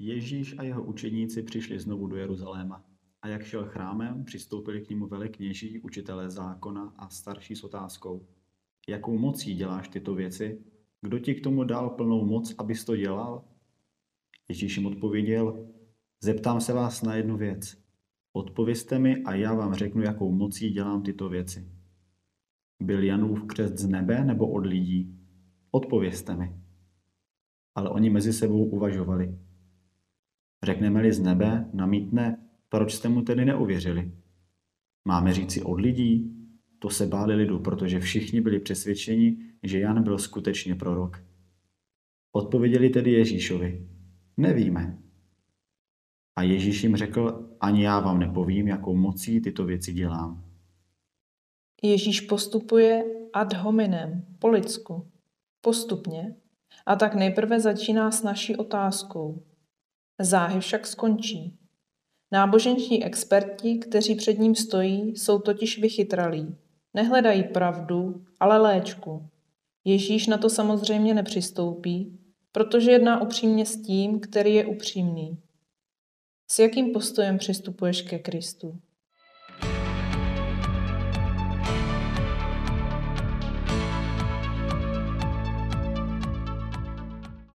Ježíš a jeho učedníci přišli znovu do Jeruzaléma. A jak šel chrámem, přistoupili k němu velekněží, učitelé zákona a starší s otázkou: Jakou mocí děláš tyto věci? Kdo ti k tomu dal plnou moc, abys to dělal? Ježíš jim odpověděl: Zeptám se vás na jednu věc. Odpovězte mi a já vám řeknu, jakou mocí dělám tyto věci. Byl Janův křest z nebe nebo od lidí? Odpovězte mi. Ale oni mezi sebou uvažovali. Řekneme-li z nebe, namítne: Proč jste mu tedy neuvěřili? Máme říci od lidí? To se báli lidu, protože všichni byli přesvědčeni, že Jan byl skutečně prorok. Odpověděli tedy Ježíšovi: Nevíme. A Ježíš jim řekl: Ani já vám nepovím, jakou mocí tyto věci dělám. Ježíš postupuje ad hominem, po lidsku, postupně, a tak nejprve začíná s naší otázkou. Záhy však skončí. Náboženští experti, kteří před ním stojí, jsou totiž vychytralí. Nehledají pravdu, ale léčku. Ježíš na to samozřejmě nepřistoupí, protože jedná upřímně s tím, který je upřímný. S jakým postojem přistupuješ ke Kristu?